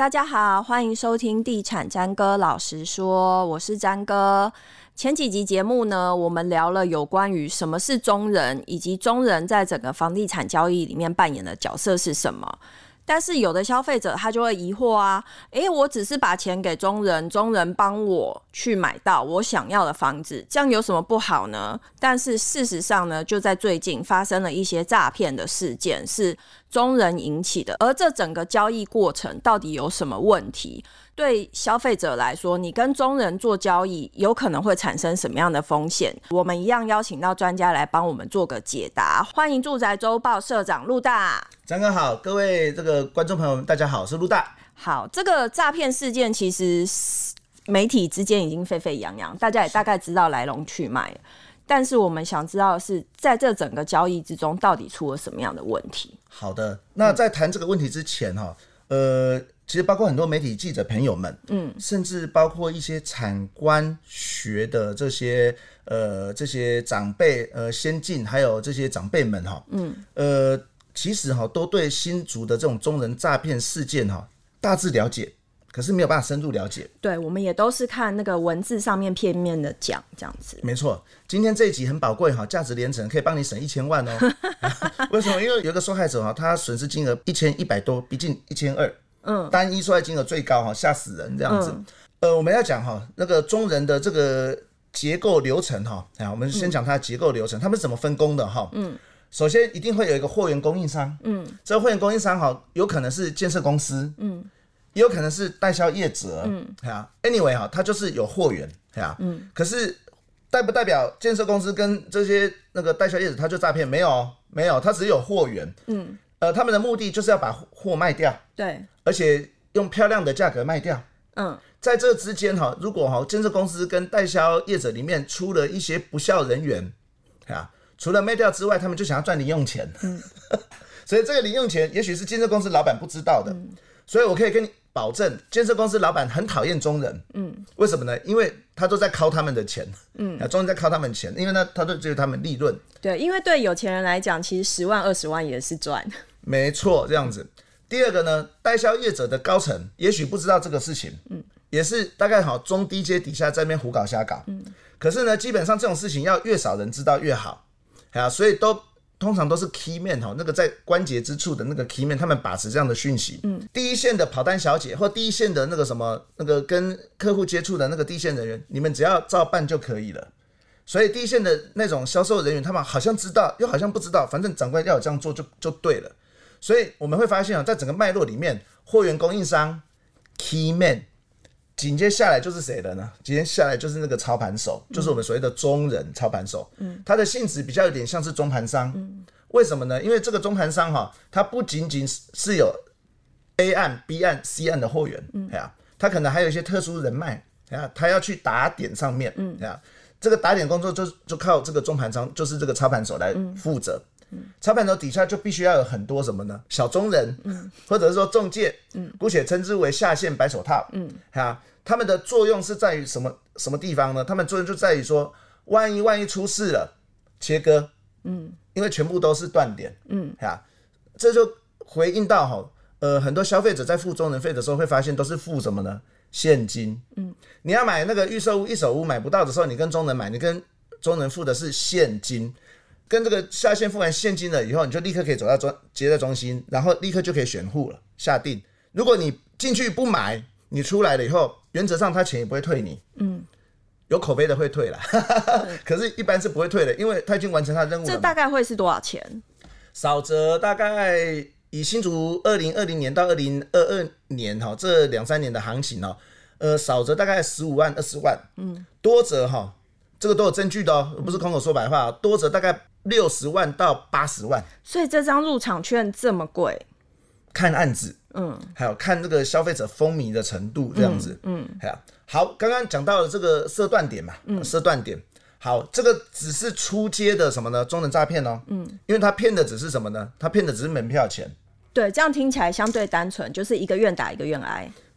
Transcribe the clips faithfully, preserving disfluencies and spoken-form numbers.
大家好，欢迎收听地产詹哥老实说，我是詹哥。前几集节目呢，我们聊了有关于什么是中人，以及中人在整个房地产交易里面扮演的角色是什么。但是有的消费者他就会疑惑啊，诶，我只是把钱给中人，中人帮我去买到我想要的房子，这样有什么不好呢？但是事实上呢，就在最近发生了一些诈骗的事件，是中人引起的。而这整个交易过程到底有什么问题？对消费者来说，你跟中人做交易有可能会产生什么样的风险？我们一样邀请到专家来帮我们做个解答。欢迎住宅周报社长陆大。 张哥好，各位这个观众朋友们大家好，我是陆大。 好，这个诈骗事件其实媒体之间已经沸沸扬扬，大家也大概知道来龙去脉，但是我们想知道的是，在这整个交易之中到底出了什么样的问题。 好的，那在谈这个问题之前哈，呃其实包括很多媒体记者朋友们，嗯，甚至包括一些产官学的这些呃这些长辈呃先进，还有这些长辈们哈，嗯，呃，其实哈都对新竹的这种中人诈骗事件哈大致了解，可是没有办法深入了解。 对，我们也都是看那个文字上面片面的讲这样子。 没错，今天这一集很宝贵哈，价值连城，可以帮你省一千万哦。为什么？因为有一个受害者哈，他损失金额一千一百多，逼近一千二。嗯，单一受害金额最高哈，吓死人这样子。嗯、呃，我们要讲哈，那个中人的这个结构流程哈，我们先讲它的结构流程，他们是怎么分工的哈？嗯，首先一定会有一个货源供应商，嗯，这个货源供应商哈，有可能是建设公司，嗯，也有可能是代销业者，嗯，啊 ，anyway 哈，它就是有货源，啊，嗯，可是代不代表建设公司跟这些那个代销业者他就诈骗？没有，没有，他只有货源，嗯。呃，他们的目的就是要把货卖掉，对，而且用漂亮的价格卖掉。嗯，在这之间哈，如果哈建设公司跟代销业者里面出了一些不肖人员，啊，除了卖掉之外，他们就想要赚零用钱。嗯，所以这个零用钱也许是建设公司老板不知道的，嗯、所以我可以跟你保证，建设公司老板很讨厌中人。嗯，为什么呢？因为他都在靠他们的钱。嗯，中人在靠他们钱，因为呢，他都只有他们利润。 对，因为对有钱人来讲，其实十万、二十万也是赚。 没错，这样子。第二个呢，代销业者的高层也许不知道这个事情，嗯，也是大概好中低阶底下在那边胡搞瞎搞，嗯，可是呢，基本上这种事情要越少人知道越好，啊，所以都通常都是 key man 哈，那个在关节之处的那个 key man， 他们把持这样的讯息，嗯，第一线的跑单小姐或第一线的那个什么那个跟客户接触的那个第一线人员，你们只要照办就可以了。所以第一线的那种销售人员，他们好像知道，又好像不知道，反正长官要有这样做就就对了。所以我们会发现，在整个脉络里面，货源供应商 key man， 紧接下来就是谁的呢？紧接下来就是那个操盘手，就是我们所谓的中人操盘手。嗯，他的性质比较有点像是中盘商。嗯，为什么呢？因为这个中盘商哈，他不仅仅是有 A 案、B 案、C 案的货源，嗯，他可能还有一些特殊人脉，他要去打点上面，嗯，这个打点工作 就, 就靠这个中盘商，就是这个操盘手来负责。嗯、操盘手底下就必须要有很多什么呢？小中人，嗯、或者是说中介，嗯、姑且称之为下线白手套。嗯，啊，他们的作用是在于什么什么地方呢？他们作用就在于说，万一万一出事了，切割，嗯，因为全部都是断点，嗯，啊，这就回应到哈，呃，很多消费者在付中人费的时候会发现都是付什么呢？现金。嗯，你要买那个预售屋、一手屋买不到的时候，你跟中人买，你跟中人付的是现金。跟这个下线付完现金了以后，你就立刻可以走到接待中心，然后立刻就可以选户了，下定。如果你进去不买，你出来了以后，原则上他钱也不会退你。嗯，有口碑的会退啦，可是一般是不会退的，因为他已经完成他的任务了。 这大概会是多少钱？ 少则大概以新竹二零二零年到二零二二年哈这两三年的行情哈，呃，少则大概十五万、二十万，嗯，多则哈。这个都有证据的哦，不是空口说白话、哦。多则大概六十万到八十万， 所以这张入场券这么贵？ 看案子，嗯，还有看这个消费者风靡的程度，这样子，嗯，还有好，刚刚讲到了这个设断点嘛，嗯，设断点，好，这个只是初阶的什么呢？中人诈骗哦，嗯，因为他骗的只是什么呢？他骗的只是门票钱。 对，这样听起来相对单纯，就是一个愿打一个愿挨。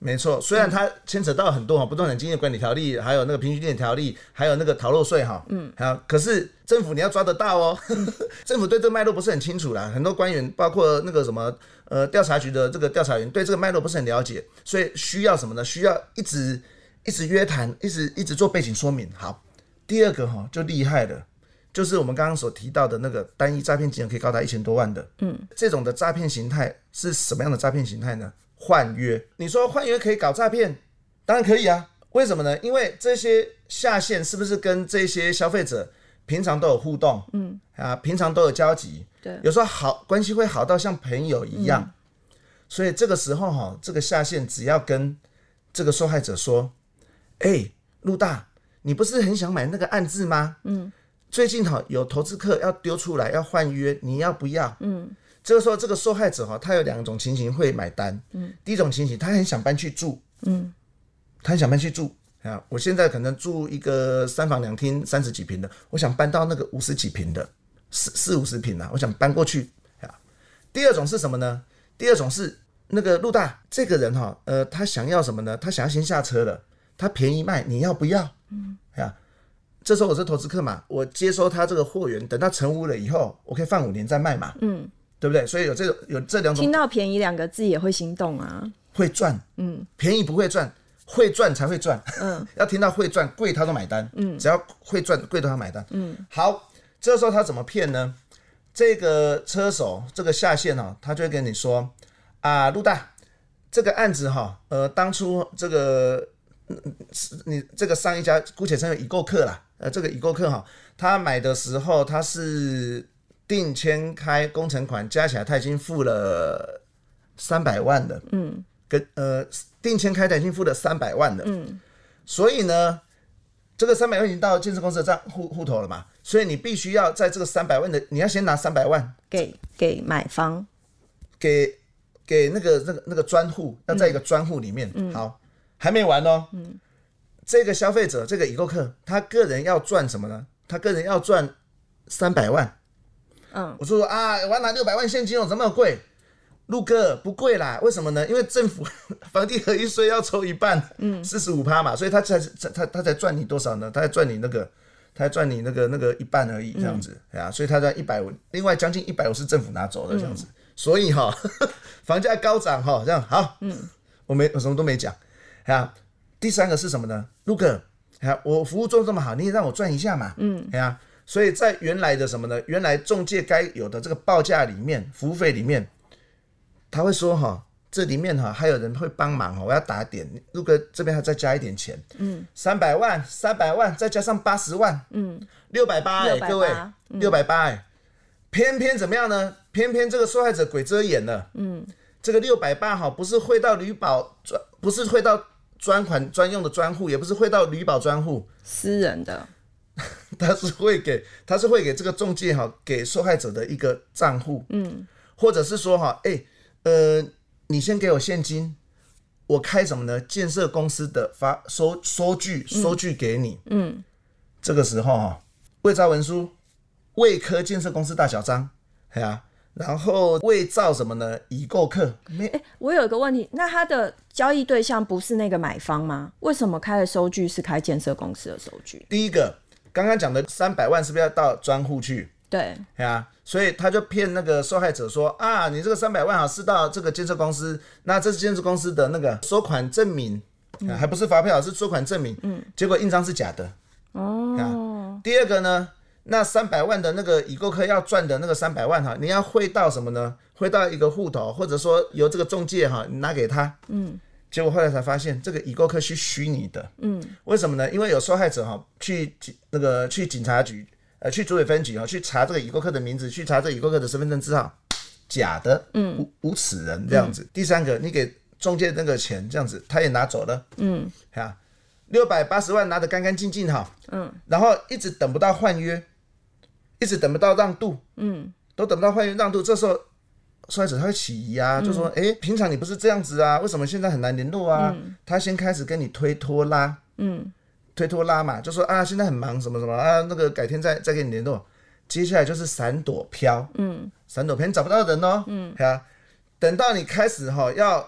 没错，虽然它牵扯到很多哈，不动产经营管理条例，还有那个平均地点条例，还有那个逃漏税哈，嗯，好，可是政府你要抓得到哦，政府对这个脉络不是很清楚啦，很多官员包括那个什么呃调查局的这个调查员对这个脉络不是很了解，所以需要什么呢？需要一直一直约谈，一直一直做背景说明。好，第二个哈就厉害了。就是我们刚刚所提到的那个单一诈骗金额可以高达一千多万的，嗯，这种的诈骗形态是什么样的诈骗形态呢？换约。你说换约可以搞诈骗，当然可以啊。为什么呢？因为这些下线是不是跟这些消费者平常都有互动，嗯啊，平常都有交集，对，有时候好关系会好到像朋友一样，嗯、所以这个时候哈，这个下线只要跟这个受害者说，哎、欸，陆大，你不是很想买那个案子吗？嗯。最近哈有投资客要丢出来要换约，你要不要？嗯，这个时候这个受害者哈，他有两种情形会买单。嗯，第一种情形，他很想搬去住。嗯，他很想搬去住啊！我现在可能住一个三房两厅三十几平的，我想搬到那个五十几平的四四五十平啊，我想搬过去啊。第二种是什么呢？第二种是那个陆大这个人哈，呃，他想要什么呢？他想要先下车了，他便宜卖，你要不要？嗯，啊。这时候我是投资客嘛，我接收他这个货源，等他成屋了以后，我可以放五年再卖嘛，嗯，对不对？所以有这种有这两种， 听到便宜两个字也会心动啊， 会赚，嗯，便宜不会赚，会赚才会赚，嗯，要听到会赚，贵他都买单，嗯，只要会赚，贵都他买单，嗯，好，这时候他怎么骗呢？这个车手这个下线哦，他就会跟你说啊，陆大，这个案子哈，呃，当初这个你这个上一家姑且称为已购客啦。呃，这个已购客哈，他买的时候他是定签开工程款加起来他已经付了三百万的，嗯，跟呃定签开他已经付了三百万的，嗯，所以呢，这个三百万已经到建设公司的账户户头了嘛，所以你必须要在这个三百万的，你要先拿三百万给给买方， 给给那个那个那个专户，要在一个专户里面，嗯，好，还没完哦，嗯。这个消费者，这个已购客，他个人要赚什么呢？他个人要赚三百万。嗯，我说说啊，我要拿六百万现金哦，怎么那么贵？陆哥不贵啦，为什么呢？因为政府房地合一税要抽一半，嗯，四十五趴嘛，所以他才他他才赚你多少呢？他才赚你那个，他才赚你那个那个一半而已，这样子，哎呀、嗯，所以他赚一百五，另外将近一百五是政府拿走的这样子，嗯、所以哈、哦，房价高涨哈，这样好，嗯，我没我什么都没讲，啊。第三个是什么呢？陆哥，我服务做这么好，你也让我赚一下嘛。嗯，啊，所以在原来的什么呢？原来中介该有的这个报价里面，服务费里面，他会说哈，这里面哈还有人会帮忙哈，我要打点，陆哥这边还再加一点钱。嗯，三百万，三百万，再加上八十万，嗯，六百八哎，各位，六百八哎，偏偏怎么样呢？偏偏这个受害者鬼遮眼了。嗯，这个六百八哈，不是汇到旅保专，不是汇到。专款专用的专户，也不是汇到旅保专户， 私人的， 他是会给，他是会给这个中介哈，给受害者的一个账户，嗯，或者是说哈，哎、欸，呃，你先给我现金，我开什么呢？建设公司的发收收据，收据给你，嗯，这个时候哈，伪造文书，未科建设公司大小章，哎呀、啊。然后伪造什么呢？已购客。 欸，我有一个问题，那他的交易对象不是那个买方吗？为什么开的收据是开建设公司的收据？ 第一个，刚刚讲的三百万是不是要到专户去？ 对， 啊，所以他就骗那个受害者说啊，你这个三百万啊是到这个建设公司，那这是建设公司的那个收款证明，嗯啊、还不是发票，是收款证明。嗯，结果印章是假的。哦、啊。第二个呢？那三百万的那个已购客要赚的那个三百万哈，你要汇到什么呢？汇到一个户头，或者说由这个中介哈，你拿给他。嗯。结果后来才发现，这个已购客是虚拟的。嗯。为什么呢？因为有受害者哈去那个去警察局呃去主委分局哈去查这个已购客的名字，去查这个已购客的身份证字号，假的。嗯。无无此人这样子。嗯、第三个，你给中介那个钱这样子，他也拿走了。嗯。啊，六百八十万拿得干干净净哈。嗯。然后一直等不到换约。一直等不到让渡，嗯，都等不到换约让渡，这时候受害者他会起疑啊，嗯、就说，哎、欸，平常你不是这样子啊，为什么现在很难联络啊？嗯、他先开始跟你推拖拉，嗯，推拖拉嘛，就说啊，现在很忙什么什么啊，那个改天再再跟你联络。接下来就是闪躲飘，嗯，闪躲飘你找不到人哦，嗯，啊，等到你开始哈要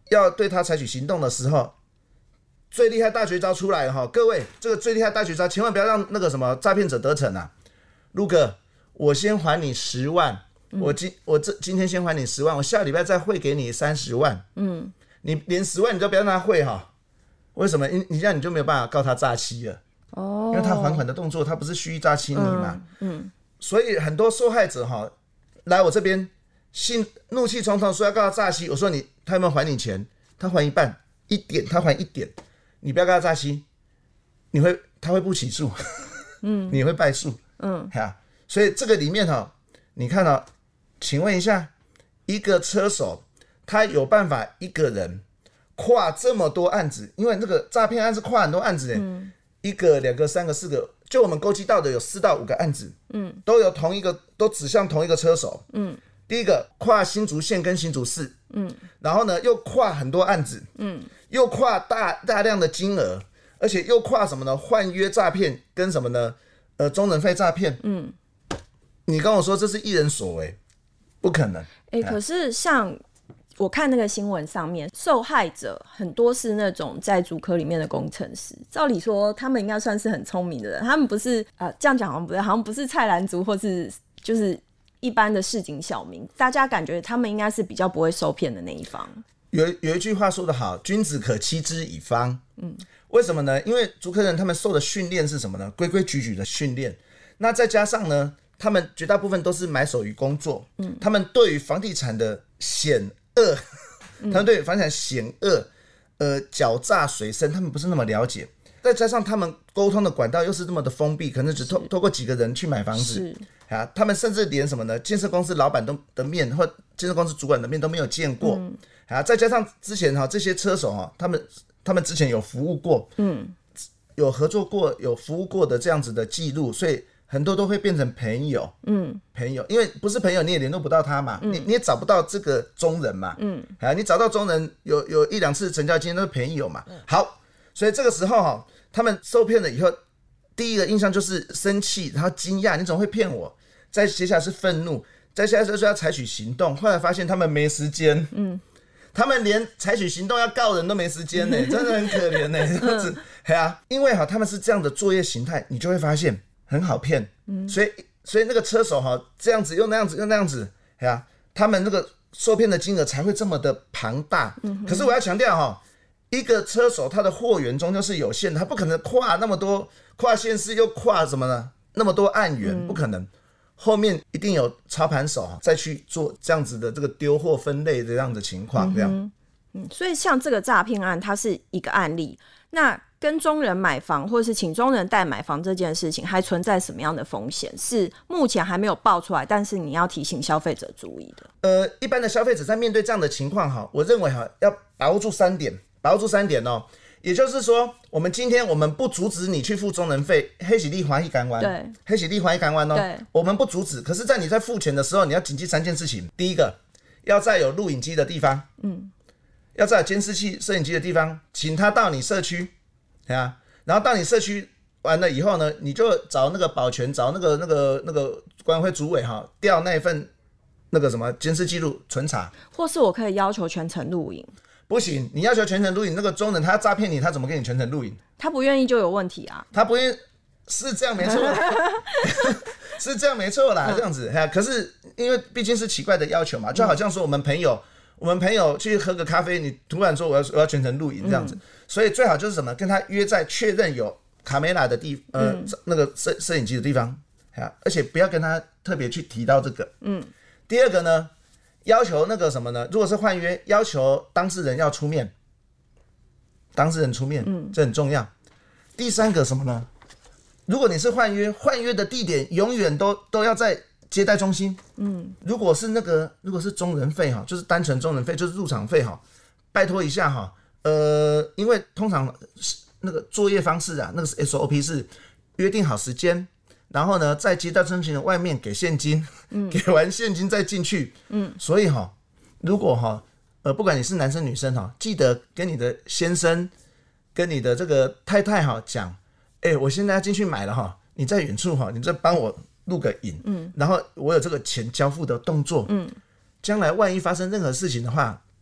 要对他采取行动的时候，最厉害大绝招出来了哈！各位，这个最厉害大绝招，千万不要让那个什么诈骗者得逞啊！陆哥，我先还你十万，嗯、我今我这今天先还你十万，我下礼拜再汇给你三十万。嗯，你连十万你都不要让他汇哈？为什么？你你这样你就没有办法告他诈欺了。哦，因为他还款的动作，他不是蓄意诈欺你嘛。嗯，嗯所以很多受害者哈来我这边。心怒气冲冲说要告他诈欺，我说你他有没有还你钱？他还一半，一点他还一点，你不要告他诈欺，你会他会不起诉，嗯，你会败诉，嗯，哈，所以这个里面哈，你看到、哦，请问一下，一个车手他有办法一个人跨这么多案子？因为那个诈骗案是跨很多案子的、嗯，一个、两个、三个、四个，就我们勾稽到的有四到五个案子，嗯，都有同一个，都指向同一个车手，嗯。第一个跨新竹县跟新竹市，嗯，然后呢又跨很多案子，嗯，又跨大大量的金额，而且又跨什么呢？换约诈骗跟什么呢？呃，中人费诈骗，嗯，你跟我说这是一人所为，不可能。 哎、欸，可是像我看那个新闻上面，受害者很多是那种在竹科里面的工程师，照理说他们应该算是很聪明的人，他们不是呃这样讲好像不对，好像不是菜篮族或是就是。一般的市井小民，大家感觉他们应该是比较不会受骗的那一方。 有有一句话说得好，君子可欺之以方。嗯，为什么呢？因为竹科人他们受的训练是什么呢？规规矩矩的训练。那再加上呢，他们绝大部分都是埋首于工作。嗯，他们对于房地产的险恶，嗯、他们对于房地产险恶、呃狡诈水深，他们不是那么了解。再加上他们沟通的管道又是这么的封闭，可能只透透过几个人去买房子。啊，他们甚至连什么呢？建设公司老板都的面或建设公司主管的面都没有见过。嗯、啊，再加上之前哈这些车手哈，他们他们之前有服务过，嗯，有合作过、有服务过的这样子的记录，所以很多都会变成朋友。嗯，朋友，因为不是朋友你也联络不到他嘛，嗯、你你也找不到这个中人嘛。嗯，啊，你找到中人有有一两次成交经验都是朋友嘛。好，所以这个时候哈，他们受骗了以后。第一个印象就是生气，然后惊讶，你怎么会骗我？再接下来是愤怒，再接下来就是要采取行动。后来发现他们没时间，嗯，他们连采取行动要告人都没时间呢，真的很可怜呢。这样子，对啊，因为哈他们是这样的作业形态，你就会发现很好骗，嗯，所以所以那个车手哈这样子又那样子又那样子，对啊，他们那个受骗的金额才会这么的庞大。嗯、可是我要强调哈，一个车手他的货源终究是有限的，他不可能跨那么多。跨县市又跨什么呢？那么多案源、嗯、不可能，后面一定有操盘手再去做这样子的这个丢货分类的这样的情况，这样、嗯嗯。所以像这个诈骗案，它是一个案例。那跟中人买房或者是请中人代买房这件事情，还存在什么样的风险？是目前还没有爆出来，但是你要提醒消费者注意的。 呃，一般的消费者在面对这样的情况哈，我认为哈要把握住三点，把握住三点哦。也就是说，我们今天我们不阻止你去付中人费，黑喜利还一干弯， 对， 黑喜利还一干弯哦，我们不阻止。可是，在你在付钱的时候，你要谨记三件事情：第一个，要在有录影机的地方，嗯，要在有监视器、摄影机的地方，请他到你社区，对啊，然后到你社区完了以后呢，你就找那个保全，找那个那个那个管委会主委哈，调那份那个什么监视记录存查， 或是我可以要求全程录影。 不行，你要求全程录影，那个中人他要诈骗你，他怎么给你全程录影？ 他不愿意就有问题啊。 他不愿意是这样没错，是这样没错啦，这样子。可是因为毕竟是奇怪的要求嘛，就好像说我们朋友，嗯、我们朋友去喝个咖啡，你突然说我要我要全程录影这样子，嗯、所以最好就是什么，跟他约在确认有卡梅拉的地呃、嗯、那个摄摄影机的地方，而且不要跟他特别去提到这个。嗯。第二个呢？要求那个什么呢？如果是换约，要求当事人要出面，当事人出面，嗯，这很重要。第三个什么呢？如果你是换约，换约的地点永远都都要在接待中心，嗯，如果是那个如果是中人费哈，就是单纯中人费，就是入场费哈，拜托一下哈，呃，因为通常那个作业方式啊，那个是 S O P 是约定好时间。然后呢，在接待中心的外面给现金，嗯、给完现金再进去。嗯，所以哈，如果哈，呃，不管你是男生女生哈，记得跟你的先生、跟你的这个太太哈讲，哎，我现在要进去买了哈，你在远处哈，你再帮我录个影，嗯，然后我有这个钱交付的动作，嗯，将来万一发生任何事情的话，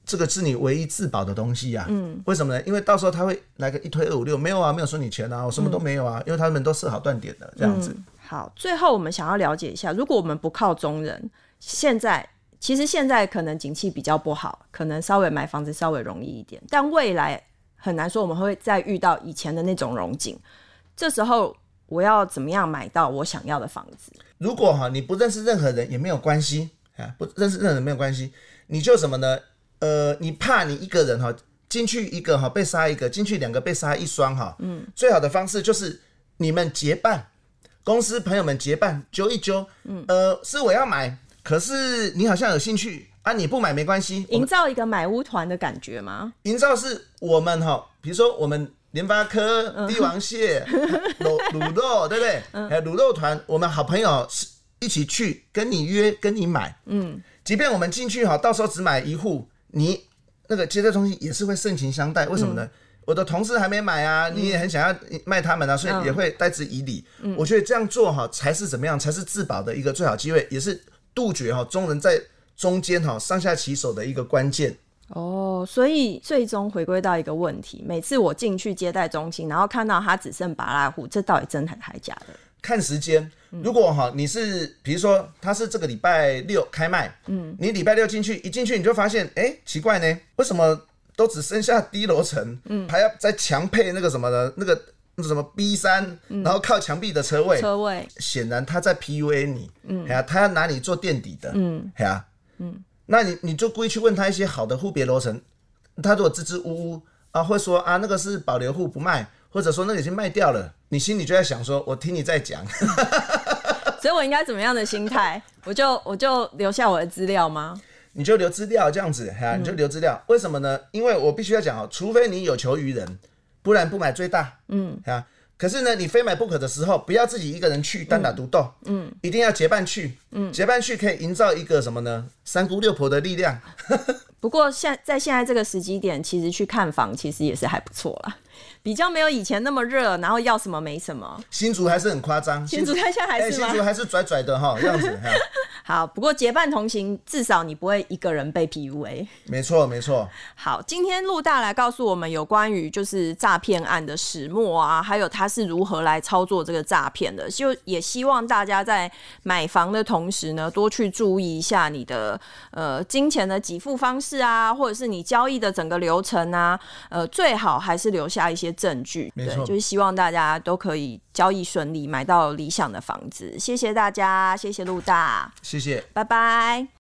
这个是你唯一自保的东西啊。嗯，为什么呢？因为到时候他会来个一推二五六，没有啊，没有收你钱啊，我什么都没有啊，嗯、因为他们都设好断点的这样子、嗯。 好，最后我们想要了解一下，如果我们不靠中人，现在其实现在可能景气比较不好，可能稍微买房子稍微容易一点，但未来很难说我们会再遇到以前的那种荣景。这时候我要怎么样买到我想要的房子？ 如果哈你不认识任何人也没有关系啊，不认识任何人没有关系，你就什么呢？呃，你怕你一个人哈进去一个哈被杀一个，进去两个被杀一双哈，嗯，最好的方式就是你们结伴，公司朋友们结伴揪一揪，嗯，呃，是我要买，可是你好像有兴趣啊，你不买没关系， 营造一个买屋团的感觉吗？ 营造是我们哈，比如说我们联发科、帝王蟹、卤卤肉，对不对？还有卤肉团，我们好朋友一起去跟你约，跟你买，嗯，即便我们进去哈，到时候只买一户。你那个接待中心也是会盛情相待，为什么呢？嗯、我的同事还没买啊，嗯、你也很想要卖他们啊，所以也会待之以礼。嗯、我觉得这样做哈，才是怎么样，才是自保的一个最好机会，也是杜绝哈中人在中间哈上下其手的一个关键。 哦，所以最终回归到一个问题：每次我进去接待中心，然后看到他只剩芭乐户，这到底真的还假的？ 看时间，如果哈你是比如说他是这个礼拜六开卖，嗯，你礼拜六进去，一进去你就发现，哎，奇怪呢，为什么都只剩下低楼层，嗯，还要再强配那个什么的，那个那什么 B 三、嗯，然后靠墙壁的车位， 车位， 显然他在 P U A 你，嗯，哎呀，他要拿你做垫底的，嗯，哎呀，嗯，那你你就故意去问他一些好的户别楼层，他如果支支吾吾啊，会说啊那个是保留户不卖。或者说那个已经卖掉了，你心里就在想说，我听你在讲， 所以我应该怎么样的心态？我就我就留下我的资料吗？ 你就留资料这样子，哈，你就留资料。嗯、为什么呢？因为我必须要讲哦，除非你有求于人，不然不买最大。嗯，哈。可是呢，你非买不可的时候，不要自己一个人去单打独斗，嗯，一定要结伴去，嗯，结伴去可以营造一个什么呢？三姑六婆的力量。 不过现在现在这个时机点，其实去看房其实也是还不错啦，比较没有以前那么热，然后要什么没什么。 新竹还是很夸张， 新竹现在还是吗？ 欸、新竹还是拽拽的哈，这样子。 好，不过结伴同行，至少你不会一个人被 P U A。 没错，没错。 好，今天陆大来告诉我们有关于就是诈骗案的始末啊，还有他是如何来操作这个诈骗的，就也希望大家在买房的同时呢，多去注意一下你的呃金钱的给付方式啊，或者是你交易的整个流程啊，呃，最好还是留下一些证据。 没错， 对，就是希望大家都可以交易顺利，买到理想的房子。谢谢大家，谢谢陆大。 谢谢， 拜拜。